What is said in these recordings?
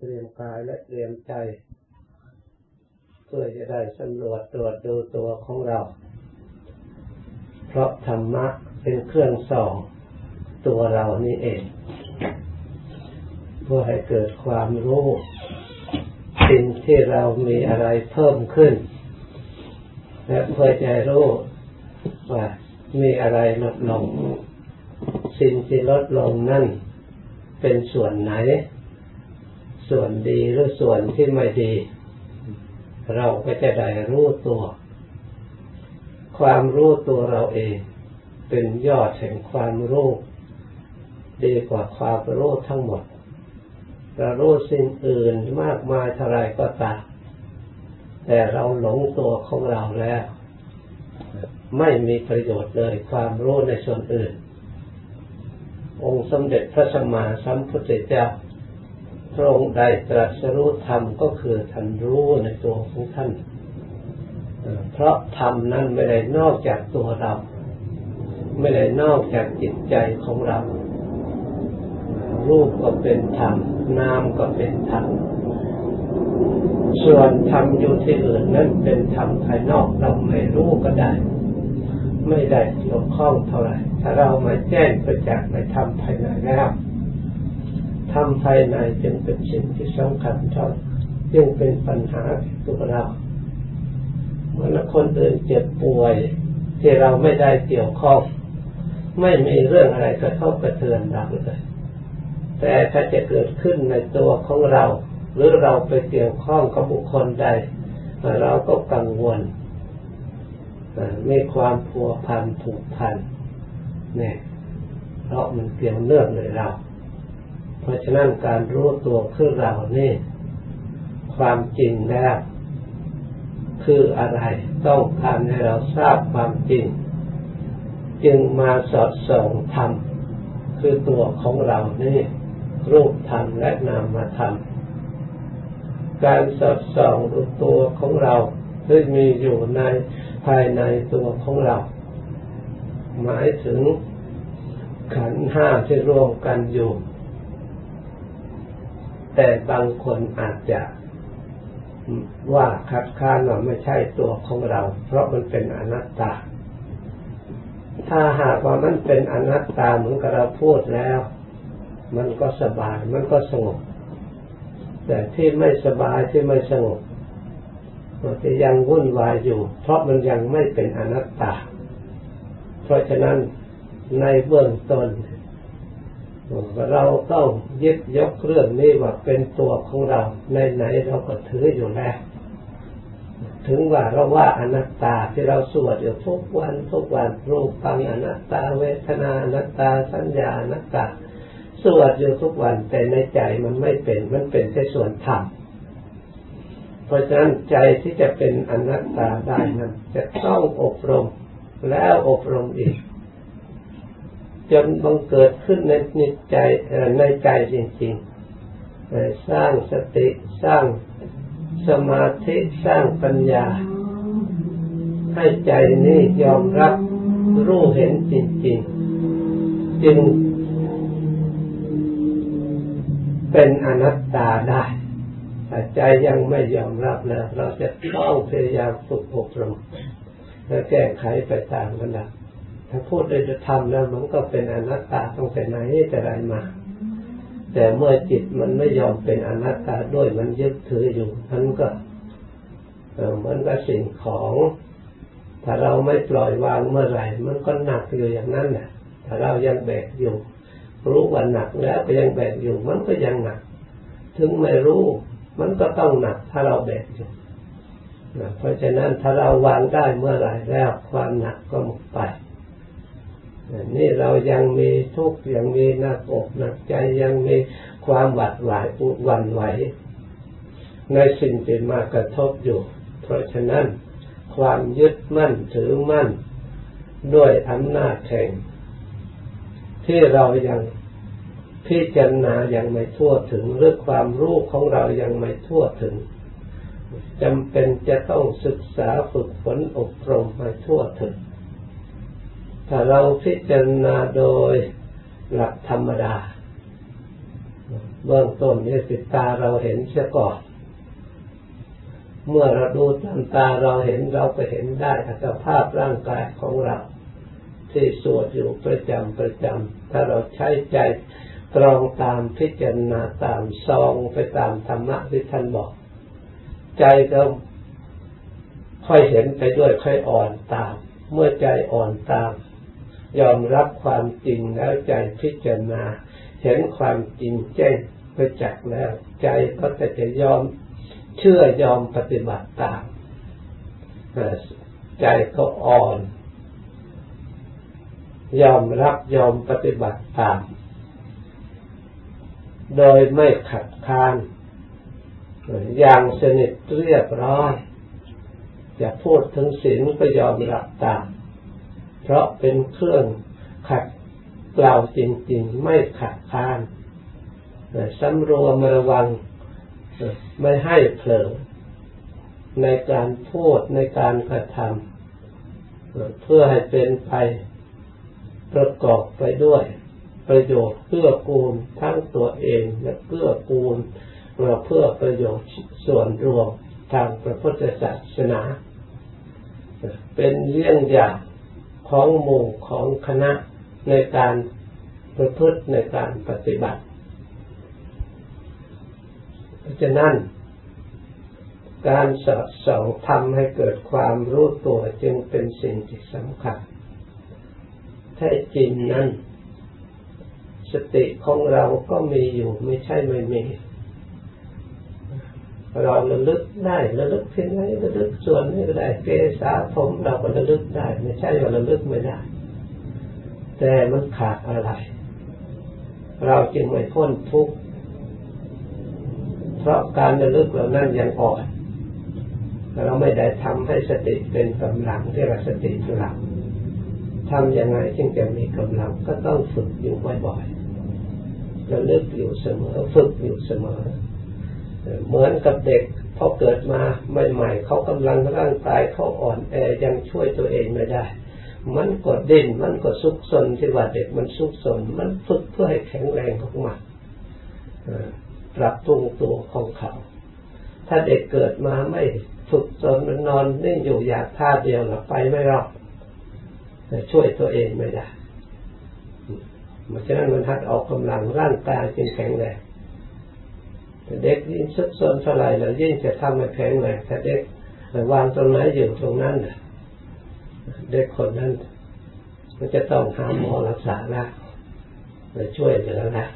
ตรียมกายและเตรียมใจเพื่อจะได้สำรวจตรวจดูตัวของเราเพราะธรรมะเป็นเครื่องส่องตัวเรานี่เองเพื่อให้เกิดความรู้สิ่งที่เรามีอะไรเพิ่มขึ้นและเพื่อจะรู้ว่ามีอะไรลดลงสิ่งที่ลดลงนั่นเป็นส่วนไหนส่วนดีหรือส่วนที่ไม่ดีเราก็จะได้รู้ตัวความรู้ตัวเราเองเป็นยอดแห่งความรู้ดีกว่าความรู้ทั้งหมดเรารู้สิ่งอื่นมากมายเท่าไรก็ตามแต่เราหลงตัวของเราแล้วไม่มีประโยชน์เลยความรู้ในส่วนอื่นองค์สมเด็จพระสัมมาสัมพุทธเจ้าพระองค์ได้ตรัสรู้ธรรมก็คือท่านรู้ในตัวของท่านเพราะธรรมนั้นไม่ได้นอกจากตัวเราไม่ได้นอกจากจิตใจของเรารูปก็เป็นธรรมนามก็เป็นธรรมส่วนธรรมอยู่ที่อื่นนั้นเป็นธรรมภายนอกเราไม่รู้ก็ได้ไม่ได้เกี่ยวข้องเท่าไหร่ถ้าเรามาแจ้งประจักษ์ในธรรมภายในแล้วธรรมภายในจึงเป็นสิ่งที่สำคัญเท่าจึงเป็นปัญหาตัวเราเมื่อคนอื่นเจ็บป่วยที่เราไม่ได้เกี่ยวข้องไม่มีเรื่องอะไรกระทบกระเทือนเราเลยแต่ถ้าจะเกิดขึ้นในตัวของเราหรือเราไปเกี่ยวข้องกับบุคคลใดเราก็กังวลมีความพัวพันผูกพันเนี่ยเพราะมันเกี่ยวเนื่องในเราเพราะฉะนั้นการรู้ตัวคือเรานี่ความจริงแล้วคืออะไรต้องการให้เราทราบความจริงจึงมาสอดส่องธรรมคือตัวของเรานี่รูปธรรมและนามธรรมการสอดส่องดูตัวของเราที่มีอยู่ในภายในตัวของเราหมายถึงขันธ์ห้าที่รวมกันอยู่แต่บางคนอาจจะว่าคัดค้านว่าไม่ใช่ตัวของเราเพราะมันเป็นอนัตตาถ้าหากว่ามันเป็นอนัตตาเหมือนกับเราพูดแล้วมันก็สบายมันก็สงบแต่ที่ไม่สบายที่ไม่สงบมันจะยังวุ่นวายอยู่เพราะมันยังไม่เป็นอนัตตาเพราะฉะนั้นในเบื้องต้นเราต้องยึดยกเรื่องนี้ว่าเป็นตัวของเราในไหนเราก็ถืออยู่แล้วถึงว่าเราว่าอนัตตาที่เราสวดอยู่ทุกวันรูปปังอนัตตาเวทนาอนัตตาสัญญาอนัตตาสวดอยู่ทุกวันแต่ในใจมันไม่เป็นมันเป็นแค่ส่วนธรรมเพราะฉะนั้นใจที่จะเป็นอนัตตาได้นั้นจะต้องอบรมแล้วอบรมอีกจนบังเกิดขึ้นในใจจริงๆสร้างสติสร้างสมาธิสร้างปัญญาให้ใจนี้ยอมรับรู้เห็นจริงๆจึงเป็นอนัตตาได้แต่ใจยังไม่ยอมรับแล้วเราจะต้องพยายามฝึกอบรมและแก้ไขไปตามระดับถ้าพูดโดยธรรมแล้วมันก็เป็นอนัตตาตั้งแต่ไหนแต่ไรมาแต่เมื่อจิตมันไม่ยอมเป็นอนัตตาด้วยมันยึดถืออยู่มันก็เหมือนกับสิ่งของถ้าเราไม่ปล่อยวางเมื่อไหร่มันก็หนักอยู่อย่างนั้นแหละถ้าเรายังแบกอยู่รู้ว่าหนักแล้วก็ยังแบกอยู่มันก็ยังหนักถึงไม่รู้มันก็ต้องหนักถ้าเราแบกอยู่เพราะฉะนั้นถ้าเราวางได้เมื่อไหร่แล้วความหนักก็หมดไปนี่เรายังมีทุกข์ยังมีหนักอกหนักใจยังมีความหวาดหวั่นไหวในสิ่งที่มากระทบอยู่เพราะฉะนั้นความยึดมั่นถือมั่นด้วยอำนาจแห่งที่เรายังพิจารณายังไม่ทั่วถึงหรือความรู้ของเรายังไม่ทั่วถึงจำเป็นจะต้องศึกษาฝึกฝนอบรมให้ทั่วถึงถ้าเราพิจารณาโดยหลักธรรมดาเบื้องต้นนี่ติดตาเราเห็นเสียก่อนเมื่อเราดูตามตาเราเห็นเราก็เห็นได้อัตภาพร่างกายของเราที่สวดอยู่ประจำถ้าเราใช้ใจตรองตามพิจารณาตามซองไปตามธรรมะที่ท่านบอกใจเราค่อยเห็นไปด้วยค่อยอ่อนตามเมื่อใจอ่อนตามยอมรับความจริงแล้วใจพิจารณาเห็นความจริงแจ้งประจักษ์แล้วใจก็จะยอมเชื่อยอมปฏิบัติตามใจก็อ่อนยอมรับยอมปฏิบัติตามโดยไม่ขัดข้านอย่างสนิทเรียบร้อยจะพูดถึงศีลก็ยอมรับตามเพราะเป็นเครื่องขัดเกลาจริงๆไม่ขัดข้านสำรวมระวังไม่ให้เผลอในการพูดในการกระทำเพื่อให้เป็นไปประกอบไปด้วยประโยชน์เกื้อกูลทั้งตัวเองและเกื้อกูลเพื่อประโยชน์ส่วนรวมทางพระพุทธศาสนาเป็นเรื่องอย่างของหมู่ของคณะในการประพฤติในการปฏิบัติเพราะฉะนั้นการสอดส่องทำให้เกิดความรู้ตัวจึงเป็นสิ่งที่สำคัญแท้จริงนั้นสติของเราก็มีอยู่ไม่ใช่ไม่มีเราระลึกได้ระลึกที่ไหนระลึกส่วนนี้ก็ได้เกษาผมเราก็ระลึกได้ไม่ใช่ว่าระลึกไม่ได้แต่มันขาดอะไรเราจึงไม่พ้นทุกข์เพราะการระลึกเหล่านั้นยังอ่อนเราไม่ได้ทำให้สติเป็นกำลังที่เราสติหลักทำยังไงจึงจะมีกำลังก็ต้องฝึกอยู่บ่อยๆระลึกอยู่เสมอฝึกอยู่เสมอเหมือนกับเด็กพอเกิดมาใหม่ๆเขากำลังร่างกายเขาอ่อนแอยังช่วยตัวเองไม่ได้มันก็ดิ้นมันก็ซุกซนที่ว่าเด็กมันซุกซนมันฝึกเพื่อให้แข็งแรงของมันปรับปรุงตัวของเขาถ้าเด็กเกิดมาไม่ฝึกจนมันนอนนิ่งอยู่อย่างท่าเดียวแล้วไปไม่รอดช่วยตัวเองไม่ได้เพราะฉะนั้นมันหัดออกกำลังร่างกายจึงแข็งแรงแต่เด็กยิ่งซุกซนเท่าไหร่แล้วยิ่งจะทำให้แข็งแรงถ้าเด็กวางตรงไหนอยู่ตรงนั้นเด็กคนนั้นมันจะต้องหาหมอรักษาละช่วยเหลือละ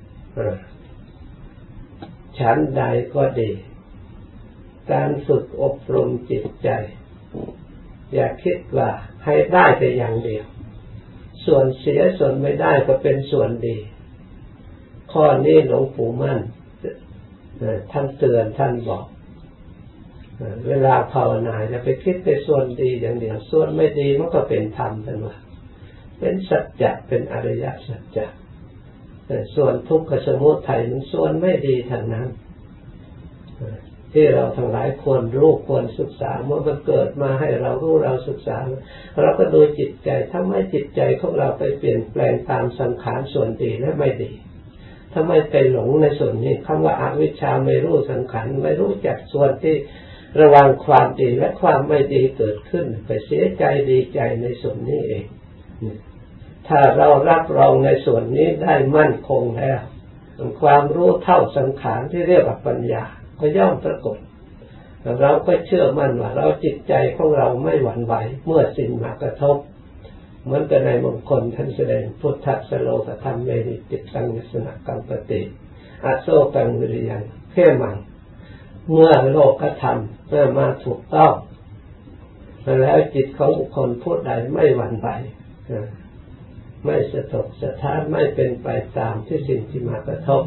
ชั้นใดก็ดีการฝึกอบรมจิตใจอย่าคิดว่าให้ได้แต่อย่างเดียวส่วนเสียส่วนไม่ได้ก็เป็นส่วนดีข้อนี้หลวงปู่มั่นท่านเตือนท่านบอกเวลาภาวนาอย่าไปคิดแต่ส่วนดีอย่างเดียวส่วนไม่ดีมันก็เป็นธรรมท่านว่าเป็นสัจจะเป็นอริยสัจจะส่วนทุกขสมุทัยมันส่วนไม่ดีทางนั้นที่เราทั้งหลายควรรู้ควรศึกษาเมื่อมันเกิดมาให้เรารู้เราศึกษาเราก็ดูจิตใจถ้าไม่จิตใจของเราไปเปลี่ยนแปลงตามสังขารส่วนดีและไม่ดีถ้าไม่ไปหลงในส่วนนี้คำว่าอวิชชาไม่รู้สังขารไม่รู้จักส่วนที่ระหว่างความดีและความไม่ดีเกิดขึ้นไปเสียใจดีใจในส่วนนี้เองถ้าเรารับรองในส่วนนี้ได้มั่นคงแล้วความรู้เท่าสังขารที่เรียกว่าปัญญาก็ย่อมปรากฏเราก็เชื่อมั่นว่าเราจิตใจของเราไม่หวั่นไหวเมื่อสิ่งมากระทบเหมือนกับในมงคลท่านแสดงพุทธัสสโลกธรรมเมหิจิตตังยสนะกัมปติอโศกังวิริยังเข่มังเมื่อโลกธรรมมาถูกต้องแล้วจิตของบุคคลผู้ใดไม่หวั่นไหวไม่สะทกสะท้านไม่เป็นไปตามที่สิ่งที่มากระทบ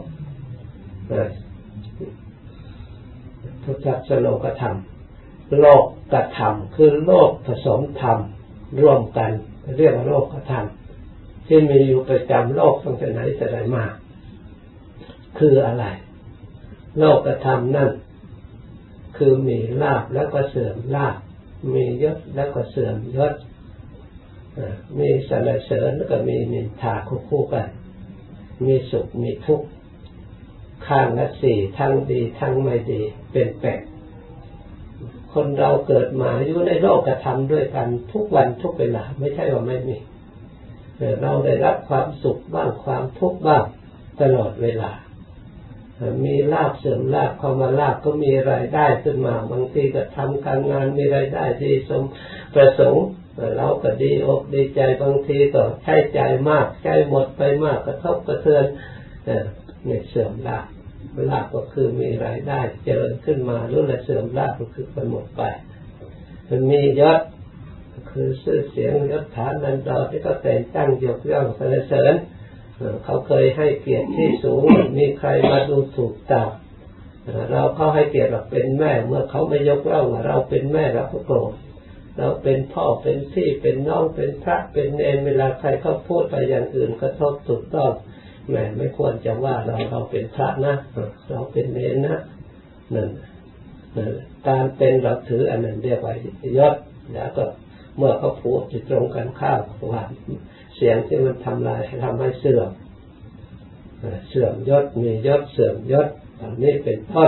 พุทธัสสโลกธรรมโลกธรรมคือโลกผสมธรรมร่วมกันเรียกว่าโลกธรรมที่มีอยู่ประจำโลกตั้งแต่ไหนแต่ไรมาคืออะไรโลกธรรมนั่นคือมีลาภแล้วก็เสื่อมลาภมียศแล้วก็เสื่อมยศมีสรรเสริญแล้วก็มีนินทาคู่กันมีสุขมีทุกข์ข้างละสี่ทั้งดีทั้งไม่ดีเป็นแปดคนเราเกิดมาอยู่ในโลกธรรมด้วยกันทุกวันทุกเวลาไม่ใช่ว่าไม่มีเราได้รับความสุขบ้างความทุกข์บ้างตลอดเวลามีลาภเสริมลาภเข้ามาลาภก็มีรายได้ขึ้นมาบางทีก็ทำการงานมีรายได้ดีสมประสงค์เราก็ดีอกดีใจบางทีก็ใช้จ่ายมากใช้หมดไปมากกระทบกระเทือนเนี่ยเสื่อมลาภลาภก็คือมีรายได้เจริญขึ้นมาหรือเสื่อมลาภก็คือไปหมดไปมันมียศคือชื่อเสียงยศฐานันดรที่ก็แต่งตั้งยกย่องสรรเสริญเขาเคยให้เกียรติที่สูงมีใครมาดูถูกต่ำเราเขาให้เกียรติเราเป็นแม่เมื่อเขาไม่ยกย่องเราเป็นแม่เราก็โกรธเราเป็นพ่อเป็นพี่เป็นน้องเป็นพระเป็นเนรเวลาใครเขาพูดไปอย่างอื่นกระทบถูกต้องแม่ไม่ควรจะว่าเราเป็นพระนะเราเป็นเนรนะนั่นการเป็นเราถืออันนั้นเรียกว่ายศแล้วก็เมื่อเขาพูดจะตรงกันข้ามว่าเสียงที่มันทำลายทำให้เสื่อมยศมียศเสื่อมยศอันนี้เป็นต้น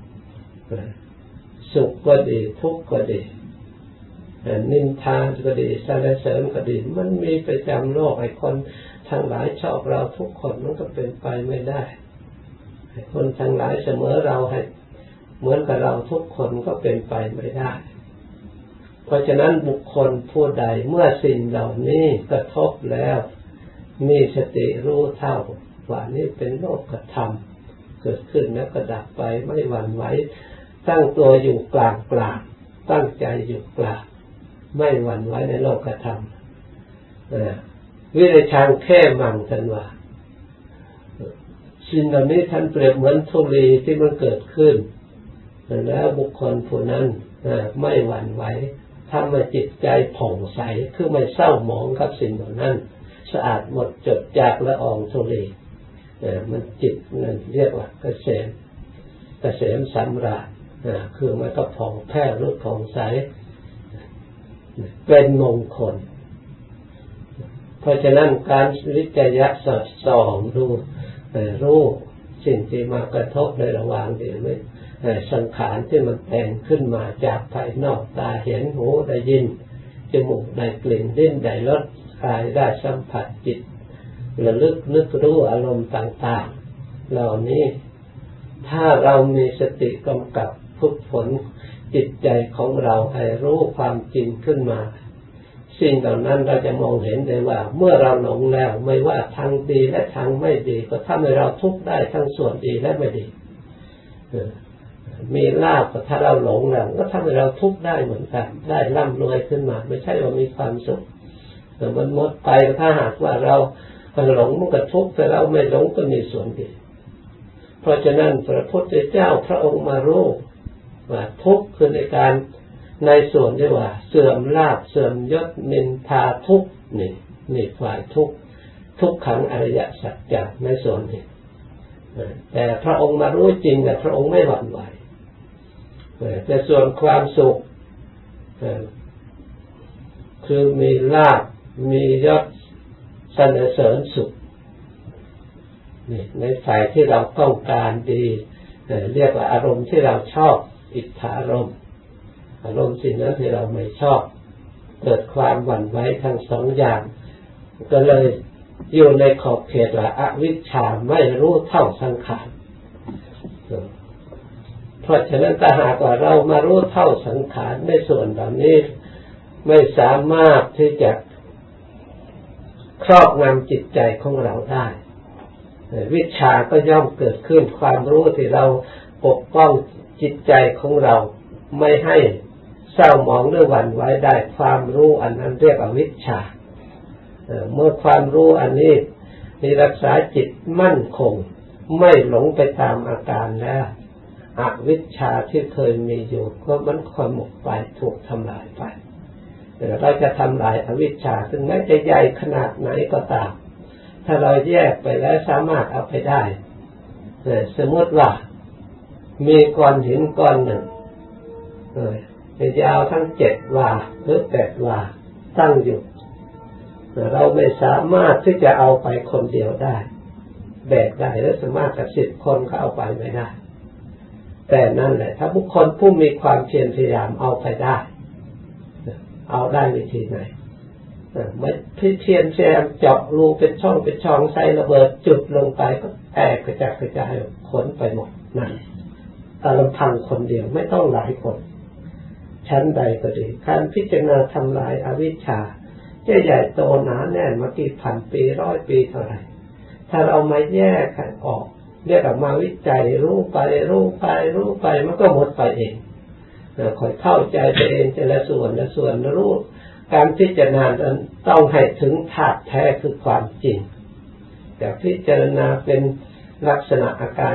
สุขก็ดีทุกข์ก็ดีนินทาก็ดีสรรเสริญก็ดีมันมีประจำโลกไอ้คนทั้งหลายชอบเราทุกคนมันก็เป็นไปไม่ได้ไอ้คนทั้งหลายเสมอเราให้เหมือนกับเราทุกคนก็เป็นไปไม่ได้เพราะฉะนั้นบุคคลผู้ใดเมื่อสิ่งเหล่านี้กระทบแล้วมีสติรู้เท่าว่านี่เป็นโลกธรรมเกิดขึ้นแล้วก็ดับไปไม่หวั่นไหวตั้งตัวอยู่กลางตั้งใจอยู่กลางไม่หวั่นไหวในโลกธรรมวิริชังแค่มังท่านว่าสิ่งเหล่านี้ท่านเปรียบเหมือนธุลีที่มันเกิดขึ้นแล้วบุคคลผู้นั้นไม่หวั่นไหวทำให้จิตใจผ่องใสคือไม่เศร้าหมองกับสิ่งเหล่านั้นสะอาดหมดจดจากละอองธุลีมันจิตนั่นเรียกว่าเกษมสำราญคือมันก็ผ่องแผ้วรุดผ่องใสเป็นมงคลเพราะฉะนั้นการวิจัยสอดส่องดูรู้สิ่งที่มากระทบในระหว่างเดียวไม่สังขารที่มันแต่งขึ้นมาจากภายนอกตาเห็นหูได้ยินจมูกได้กลิ่นลิ้นได้รสกายได้สัมผัสจิตระลึกนึกรู้อารมณ์ต่างๆเหล่านี้ถ้าเรามีสติกำกับฝึกฝนจิตใจของเราให้รู้ความจริงขึ้นมาสิ่งเหล่านั้นเราจะมองเห็นได้ว่าเมื่อเราหลงแล้วไม่ว่าทางดีและทางไม่ดีก็ทำให้เราทุกข์ได้ทั้งส่วนดีและไม่ดีมีลาภก็ถ้าเราหลงแล้วก็ทำให้เราทุกข์ได้เหมือนกันได้ร่ำรวยขึ้นมาไม่ใช่ว่ามีความสุขแต่มันหมดไปถ้าหากว่าเราหลงมันก็ทุกข์แต่เราไม่หลงก็มีส่วนดีเพราะฉะนั้นพระพุทธเจ้าพระองค์มารู้ว่าทุกข์คือในการในส่วนที่ว่าเสื่อมลาภเสื่อมยศนินทาทุกข์นี่ฝ่ายทุกข์ทุกขังอริยสัจจะในส่วนนี้แต่พระองค์มารู้จริงแต่พระองค์ไม่หวั่นไหวแต่ส่วนความสุขคือมีลาภมียศสรรเสริญสุขนี่ในฝ่ายที่เราต้องการดีเรียกว่าอารมณ์ที่เราชอบอิทธารมณ์อารมณ์สิ่งนั้นที่เราไม่ชอบเกิดความหวั่นไหวทั้งสองอย่างก็เลยอยู่ในขอบเขตว่าอวิชชาไม่รู้เท่าสังขารเพราะฉะนั้นถ้าหากว่าเรามารู้เท่าสังขารในส่วนเหล่านี้ไม่สามารถที่จะครอบงำจิตใจของเราได้วิชชาก็ย่อมเกิดขึ้นความรู้ที่เราปกป้องจิตใจของเราไม่ให้เศร้าหมองหรือหวั่นไหวได้ความรู้อันนั้นเรียกว่าวิชชาเมื่อความรู้อันนี้มีรักษาจิตมั่นคงไม่หลงไปตามอาการแล้วอวิชชาที่เคยมีอยู่ก็มันความหมดไปถูกทำลายไปเราจะทำลายอวิชชาถึงแม้จะใหญ่ขนาดไหนก็ตามถ้าเราแยกไปแล้วสามารถเอาไปได้สมมติว่ามีก้อนหินก้อนหนึ่งยาวทั้ง7 วาหรือ8 วาตั้งอยู่เราไม่สามารถที่จะเอาไปคนเดียวได้แบกได้แล้วสามารถกับ10 คนก็เอาไปไม่ได้แต่นั่นแหละถ้าบุคคลผู้มีความเพียรพยายามเอาไปได้เอาได้วิธีไหนไม่เพียรเจาะรูเป็นช่องใส่ระเบิดจุดลงไปก็แตกกระจายขนไปหมดนั่นแต่ลำพังคนเดียวไม่ต้องหลายคนชั้นใดก็ดีการพิจารณาทำลายอวิชชาจะใหญ่โตหนาแน่นมากี่พันปี100 ปีเท่าไหร่ถ้าเรามาแยกกันออกเรียกออกมาวิจัยรู้ไปมันก็หมดไปเองค่อยเข้าใจไปเองแต่ละส่วนรู้การพิจารณาต้องให้ถึงธาตุแท้คือความจริงแต่พิจารณาเป็นลักษณะอาการ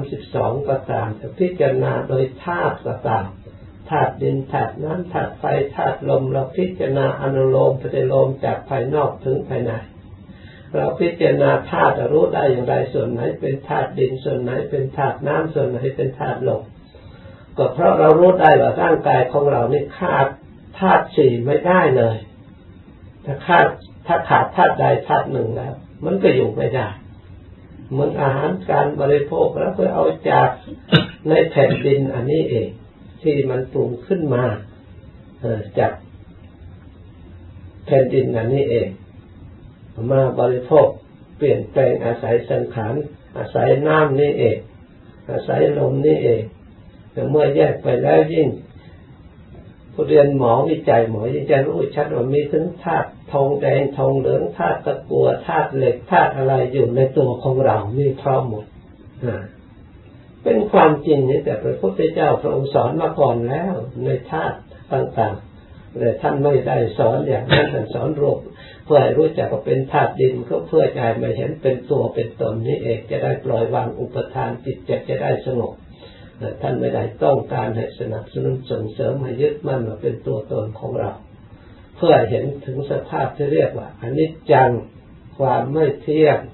32ก็ตามแต่พิจารณาโดยธาตุก็ตามธาตุดินธาตุน้ำธาตุไฟธาตุลมเราพิจารณาอนุโลมปฏิโลมจากภายนอกถึงภายในเราพิจารณาธาตุรู้ได้อย่างไรส่วนไหนเป็นธาตุดินส่วนไหนเป็นธาตุน้ำส่วนไหนเป็นธาตุลมก็เพราะเรารู้ได้ว่าร่างกายของเรานี่ขาดธาตุ4ไม่ได้เลยถ้าขาดธาตุใดธาตุหนึ่งแล้วมันก็อยู่ไม่ได้เหมือนอาหารการบริโภคแล้วก็เอาจากในแผ่นดินอันนี้เองที่มันปรุงขึ้นมาจากแผ่นดินอันนี้เองมาบริโภคเปลี่ยนแปลงอาศัยสังขารอาศัยน้ำนี่เองอาศัยลมนี่เองแต่เมื่อแยกไปแล้วยิ่งผู้เรียนหมอวิจัยหมอจะรู้ชัดว่ามีถึงธาตุทองแดงทองเหลืองธาตุตะกั่วธาตุเหล็กธาตุอะไรอยู่ในตัวของเรามีพร้อมหมดเป็นความจริงนี่แต่พระพุทธเจ้าพระองค์สอนมาก่อนแล้วในธาตุต่างๆแต่ท่านไม่ได้สอนอย่างนั้นท่านสอนรวมเพื่อให้รู้จักว่าเป็นธาตุดินก็เพื่อใจไม่เห็นเป็นตัวเป็นตนนี่เองจะได้ปล่อยวางอุปทานจิตจะได้สงบท่านไม่ได้ต้องการให้สนับสนุนส่งเสริมให้ยึดมั่นว่าเป็นตัวตนของเราเพื่อเห็นถึงสภาพที่เรียกว่าอนิจจังความไม่เที่ยง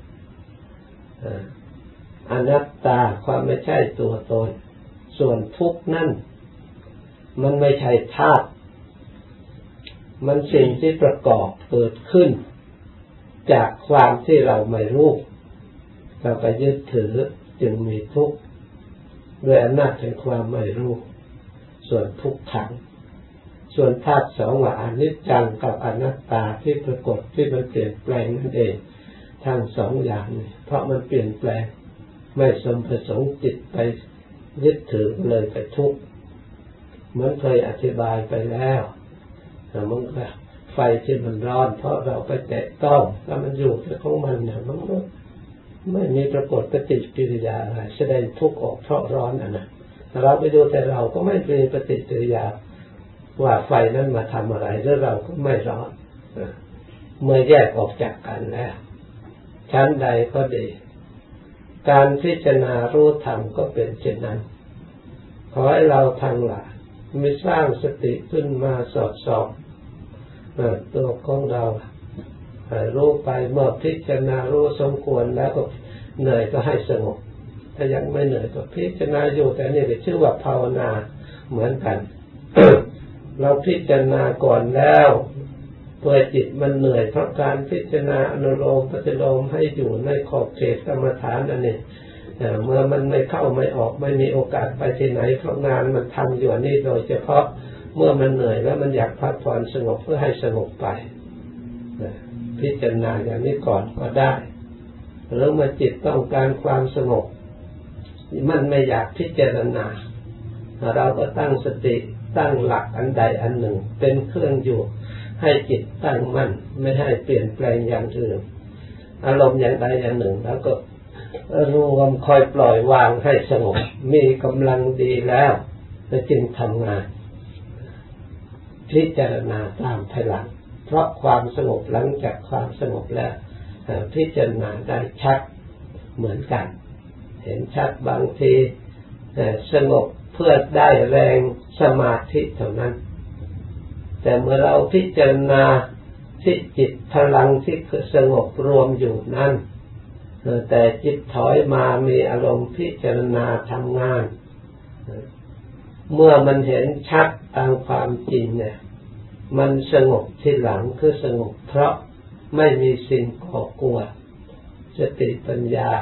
อนัตตาความไม่ใช่ตัวตนส่วนทุกข์นั่นมันไม่ใช่ธาตุมันสิ่งที่ประกอบเกิดขึ้นจากความที่เราไม่รู้เราไปยึดถือจึงมีทุกข์ด้วยอำนาจแห่งความไม่รู้ส่วนทุกขังส่วนธาตุสองว่าอนิจจังกับอนัตตาที่ปรากฏที่มันเปลี่ยนแปลงนั่นเองทั้งสองอย่างนี้เพราะมันเปลี่ยนแปลงไม่สมประสงค์จิตไปยึดถือเลยไปทุกข์เหมือนเคยอธิบายไปแล้วมันก็ไฟที่มันร้อนเพราะเราไปแตะต้องแล้วมันอยู่ในของมันเนี่ยมันไม่มีปรากฏปฏิกิริยาอะไรแสดงทุกข์ออกเพราะร้อนนะเราไปดูแต่เราก็ไม่มีปฏิกิริยาว่าไฟนั้นมาทำอะไรแล้วเราก็ไม่ร้อนเมื่อแยกออกจากกันแล้วชั้นใดก็ดีการพิจารณารู้ธรรมก็เป็นเช่นนั้นขอให้เราทั้งหลายมีสร้างสติขึ้นมาสอดส่องตัวของเรารู้ไปเมื่อพิจารณารู้สมควรแล้วก็เหนื่อยก็ให้สงบถ้ายังไม่เหนื่อยก็พิจารณาอยู่แต่นี่ก็ชื่อว่าภาวนาเหมือนกัน เราพิจารณาก่อนแล้วตัวจิตมันเหนื่อยเพราะการพิจารณาอนุโลมปฏิโลมให้อยู่ในขอบเขตกรรมฐานนั่นเองเมื่อมันไม่เข้าไม่ออกไม่มีโอกาสไปที่ไหนเพราะงานมันทำอยู่นี่โดยเฉพาะเมื่อมันเหนื่อยแล้วมันอยากพักผ่อนสงบเพื่อให้สงบไปพิจารณาอย่างนี้ก่อนก็ได้หรือเมื่อจิตต้องการความสงบมันไม่อยากพิจารณาเราก็ตั้งสติตั้งหลักอันใดอันหนึ่งเป็นเครื่องอยู่ให้จิตตั้งมั่นไม่ให้เปลี่ยนแปลงอย่างอื่นอารมณ์อย่างใดอย่างหนึ่งแล้วก็รวมคอยปล่อยวางให้สงบมีกำลังดีแล้วจึงทำงานพิจารณาตามภายหลังเพราะความสงบหลังจากความสงบแล้วพิจารณาได้ชัดเหมือนกันเห็นชัดบางทีสงบเพื่อได้แรงสมาธิเท่านั้นแต่เมื่อเราพิจารณาที่จิตพลังที่สงบรวมอยู่นั้นแต่จิตถอยมามีอารมณ์พิจารณาทำงานเมื่อมันเห็นชัดตามความจริงเนี่ยมันสงบที่หลังคือสงบเพราะไม่มีสิ่งก่อกวนสติปัญญา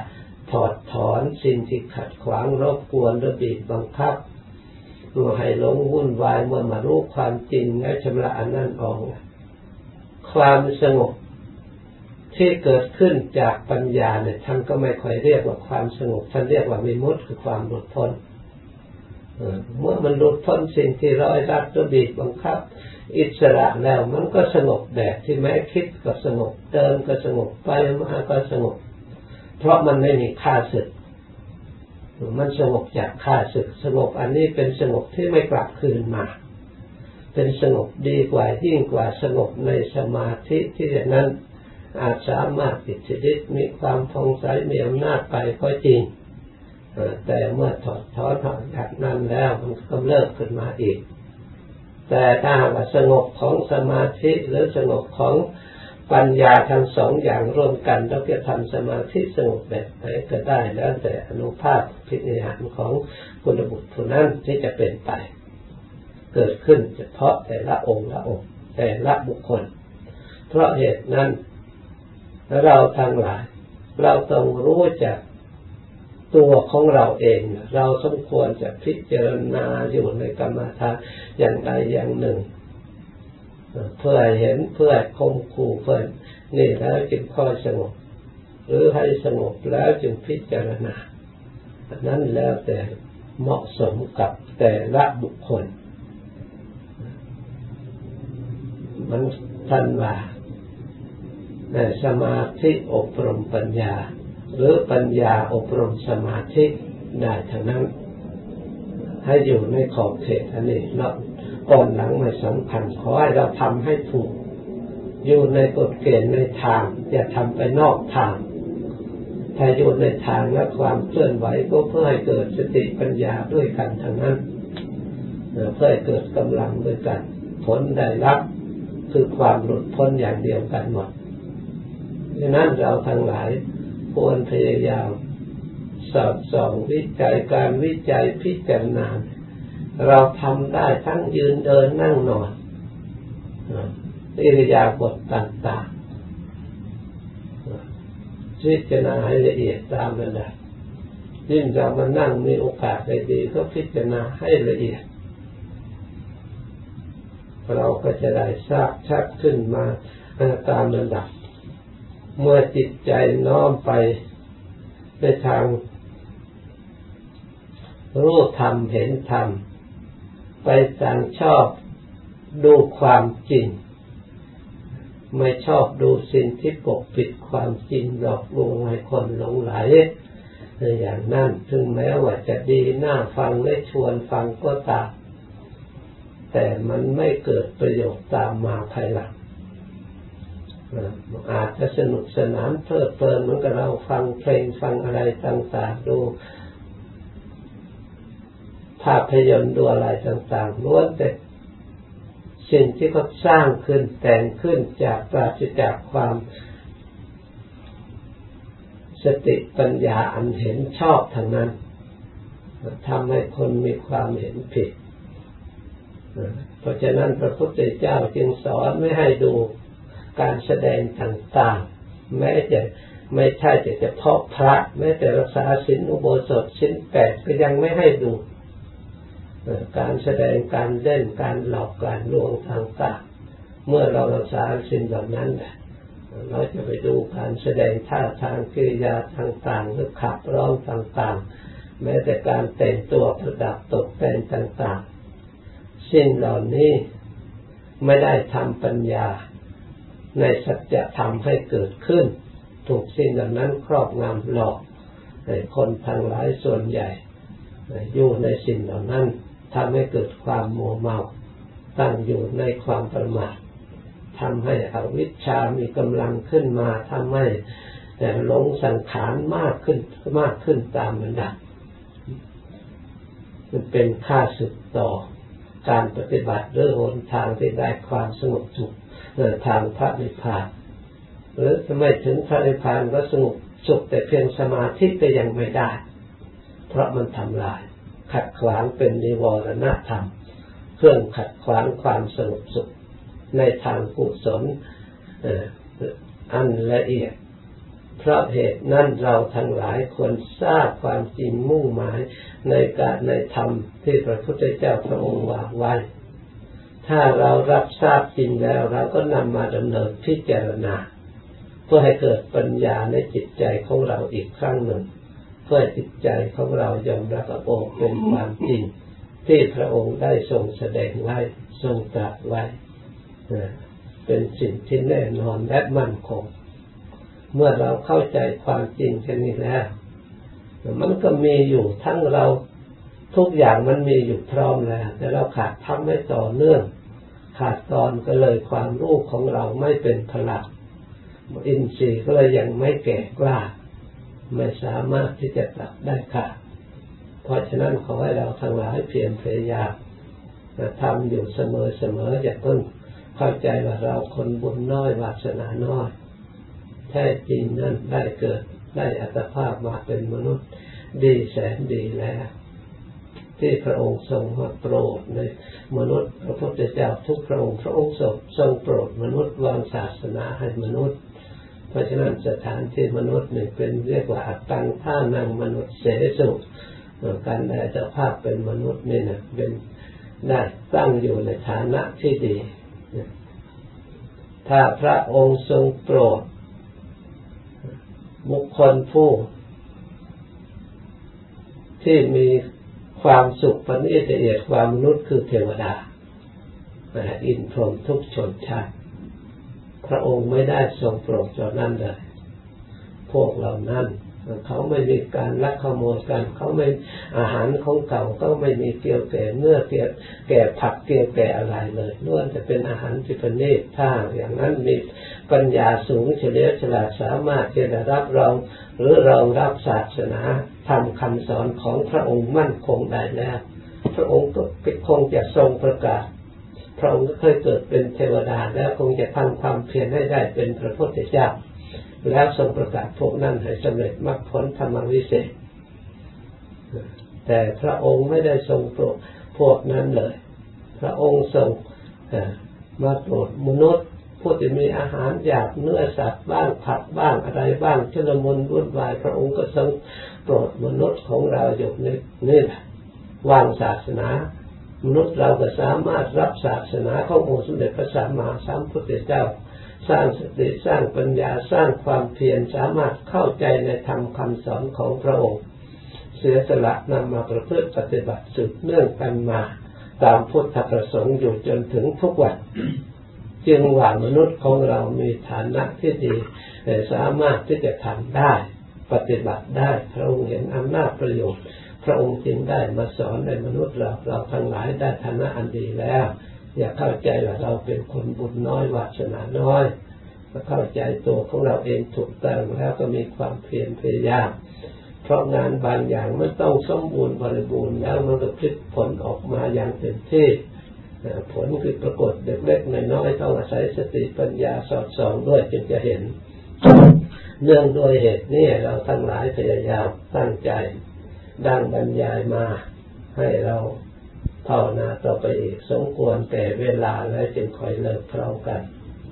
ถอดถอนสิ่งที่ขัดขวางรบกวนหรือบีบบังคับให้หลงวุ่นวายเมื่อมารู้ความจริงและชำระอันนั้นออกความสงบที่เกิดขึ้นจากปัญญาเนี่ยท่านก็ไม่ค่อยเรียกว่าความสงบท่านเรียกว่าวิมุตติคือความหลุดพ้นเมื่อมันหลุดพ้นสิ่งที่ร้อยรัดหรือบีบบังคับอิสระแล้วมันก็สงบแบบที่แม้คิดก็สงบเดินก็สงบไปมาก็สงบเพราะมันไม่มีข้าศึกมันสงบจากข้าศึกสงบอันนี้เป็นสงบที่ไม่กลับคืนมาเป็นสงบดีกว่ายิ่งกว่าสงบในสมาธิที่นั้นอาจสามารถติดชีวิตมีความผ่องใสมีอำนาจไปก็จริงแต่เมื่อถอดถอนจากนั้นแล้วมันก็เลิกขึ้นมาอีกแต่ถ้าว่าสงบของสมาธิหรือสงบของปัญญาทั้งสองอย่างร่วมกันแล้วจะทำสมาธิสงบแบบไหนก็ได้แล้วแต่อนุภาพพิจารณาของคุณบุตรผู้นั้นที่จะเป็นไปเกิดขึ้นเฉพาะแต่ละองค์ละองค์แต่ละบุคคลเพราะเหตุนั้นเราทั้งหลายเราต้องรู้จักตัวของเราเองเราสมควรจะพิจารณาอยู่ในกรรมฐานอย่างใดอย่างหนึ่งเพื่อเห็นเพื่อคมขู่เพื่อนี่แล้วจึงค่อยสงบหรือให้สงบแล้วจึงพิจารณานั้นแล้วแต่เหมาะสมกับแต่ละบุคคลมันท่านว่าสมาธิอบรมปัญญาหรือปัญญาอบรมสมาธิได้ทั้งนั้นให้อยู่ในขอบเขตอันนี้เนาะก่อนหลังไม่สำคัญขอให้เราทำให้ถูกอยู่ในกฎเกณฑ์ในทางอย่าทำไปนอกทางถ้าอยู่ในทางและความเคลื่อนไหวก็เพื่อให้เกิดสติปัญญาด้วยกันทั้งนั้นเพื่อให้เกิดกำลังด้วยกันผลได้รับคือความหลุดพ้นอย่างเดียวกันหมดดังนั้นเราทั้งหลายควรพยายามสอดส่องวิจัยการวิจัยพิจารณาเราทำได้ทั้งยืนเดินนั่งนอนอิริยาบถต่างๆพิจารณาให้ละเอียดตามระดับยิ่งเรามานั่งมีโอกาสได้ดีก็พิจารณาให้ละเอียดเราก็จะได้ทราบชัดขึ้นมาตามระดับเมื่อจิตใจน้อมไปในทางรู้ธรรมเห็นธรรมไปทางชอบดูความจริงไม่ชอบดูสิ่งที่ปกปิดความจริงหลอกลวงให้คนหลงไหลอย่างนั้นถึงแม้ว่าจะดีน่าฟังและชวนฟังก็ตามแต่มันไม่เกิดประโยชน์ตามมาภายหลังอาจจะสนุกสนานเพลิดเพลินเหมือนกับเราฟังเพลงฟังอะไรต่างๆดูภาพยนตร์ดูอะไรต่างๆล้วนแต่สิ่งที่เขาสร้างขึ้นแต่งขึ้นจากปราศจากความสติปัญญาอันเห็นชอบทางนั้นทำให้คนมีความเห็นผิดเพราะฉะนั้นพระพุทธเจ้าจึงสอนไม่ให้ดูการแสดงต่างๆแม้จะไม่ใช่แต่เฉพาะพระแม้แต่รักษาศีลอุโบสถศีล8ก็ยังไม่ให้ดูการแสดงการเล่นการหลอกการลวงต่างๆเมื่อเรารักษาศีลแบบนั้นเราจะไปดูการแสดงท่าทางกิริยาต่างๆหรือขับร้องต่างๆแม้แต่การแต่งตัวประดับตกแต่งต่างๆสิ่งเหล่านี้ไม่ได้ทำปัญญาในสัจธรรมให้เกิดขึ้นถูกสิ่งเหล่านั้นครอบงำหลอกให้คนทั้งหลายส่วนใหญ่อยู่ในสิ่งเหล่านั้นทำให้เกิดความมัวเมาตั้งอยู่ในความประมาททำให้อวิชชามีกำลังขึ้นมาทำให้หลงสังขารมากขึ้นตามลำดับมันเป็นข้าศึกต่อการปฏิบัติหรือหนทางที่ได้ความสงบสุขทางพระนิพพานหรือไม่ถึงพระนิพพานก็สงบสุขแต่เพียงสมาธิก็ยังไม่ได้เพราะมันทำลายขัดขวางเป็นนิวรณธรรมเครื่องขัดขวางความสงบสุขในทางกุศลอันละเอียดเพราะเหตุนั้นเราทั้งหลายควรทราบความจริงมุ่งหมายในการในธรรมที่พระพุทธเจ้าพระองค์วางไว้ถ้าเรารับทราบจริงแล้วเราก็นำมาดำเนินพิจารณาเพื่อให้เกิดปัญญาในจิตใจของเราอีกครั้งหนึ่งเพื่อจิตใจของเรายอมรับว่าโอ้เป็นความจริงที่พระองค์ได้ทรงแสดงไว้ทรงตรัสไว้เป็นสิ่งที่แน่นอนและมั่นคงเมื่อเราเข้าใจความจริงเช่นนี้แล้วมันก็มีอยู่ทั้งเราทุกอย่างมันมีอยู่พร้อมแล้วแต่เราขาดทำไม่ต่อเนื่องขาดตอนก็เลยความรู้ของเราไม่เป็นพลังอินทรีย์ก็เลยยังไม่แก่กล้าไม่สามารถที่จะตัดได้ค่ะเพราะฉะนั้นขอให้เราทั้งหลายเพียรพยายามทำอยู่เสมออย่าเพิ่งเข้าใจว่าเราคนบุญน้อยวาสนาน้อยแท้จริงนั้นได้เกิดได้อัตภาพมาเป็นมนุษย์ดีแสนดีแล้วที่พระองค์ทรงมาโปรดในมนุษย์พระพุทธเจ้าทุกพระองค์ทรงโปรดมนุษย์วางศาสนาให้มนุษย์เพราะฉะนั้นสถานที่มนุษย์นี่เป็นเรียกว่าอัตตังท่านังมนุษย์เสสุการได้อัตภาพเป็นมนุษย์นี่นะเป็นได้ตั้งอยู่ในฐานะที่ดีถ้าพระองค์ทรงโปรดบุคคลผู้ที่มีความสุขปณิละเอียดความมนุษย์คือเทวดาอินทร์พรหมทุกชนชาติพระองค์ไม่ได้ทรงโปรดเหล่านั้นเลยพวกเหล่านั้นเขาไม่มีการลักขโมยกันเขาไม่อาหารของเก่าก็ไม่มีเกี่ยวแก่เนื้อเกี่ยวแก่ผักเกี่ยวแก่อะไรเลยล้วนจะเป็นอาหารที่ประณีตถ้าอย่างนั้นมีปัญญาสูงเฉลียวฉลาดสามารถที่จะรับรองหรือรองรับศาสนาธรรมคำสอนของพระองค์มั่นคงได้แล้วพระองค์ก็คงจะทรงประกาศพระองค์ก็เคยเกิดเป็นเทวดาแล้วคงจะทำความเพียรให้ได้เป็นพระพุทธเจ้าแล้วทรงประกาศพวกนั้นให้สำเร็จมรรคผลธรรมวิเศษแต่พระองค์ไม่ได้ทรงโปรดพวกนั้นเลยพระองค์ทรงมาโปรดมนุษย์ผู้ที่มีอาหารหยาบเนื้อสัตว์บ้างผักบ้างอะไรบ้างชุลมุนวุ่นวายพระองค์ก็ทรงโปรดมนุษย์ของเราอยู่นี่แหละวางศาสนามนุษย์เราก็สามารถรับศาสนาขององค์สมเด็จพระสัมมาสัมพุทธเจ้าสร้างสติสร้างปัญญาสร้างความเพียรสามารถเข้าใจในธรรมคำสอนของพระองค์เสียสละนำมาประพฤติปฏิบัติสืบเนื่องกันมาตามพุทธประสงค์อยู่จนถึงทุกวันจึงว่ามนุษย์ของเรามีฐานะที่ดีสามารถที่จะทำได้ปฏิบัติได้พระองค์เห็นอำนาจประโยชน์พระองค์จึงได้มาสอนในมนุษย์เราทั้งหลายได้ฐานะอันดีแล้วอย่าเข้าใจว่าเราเป็นคนบุญน้อยวาสนาน้อยเข้าใจตัวของเราเองถูกต้องแล้วก็มีความเพียรพยายามเพราะงานบางอย่างมันต้องสมบูรณ์บริบูรณ์แล้วมันก็พลิกผลออกมาอย่างเต็มที่ผลคือปรากฏเล็กๆน้อยๆต้องอาศัยสติปัญญาสอดส่องด้วยจึงจะเห็นเนื่องโดยเหตุนี้เราทั้งหลายพยายามตั้งใจดังบรรยายมาให้เราภาวนาต่อไปอีกสมควรแต่เวลาและจึงค่อยเลิกพร้อมกัน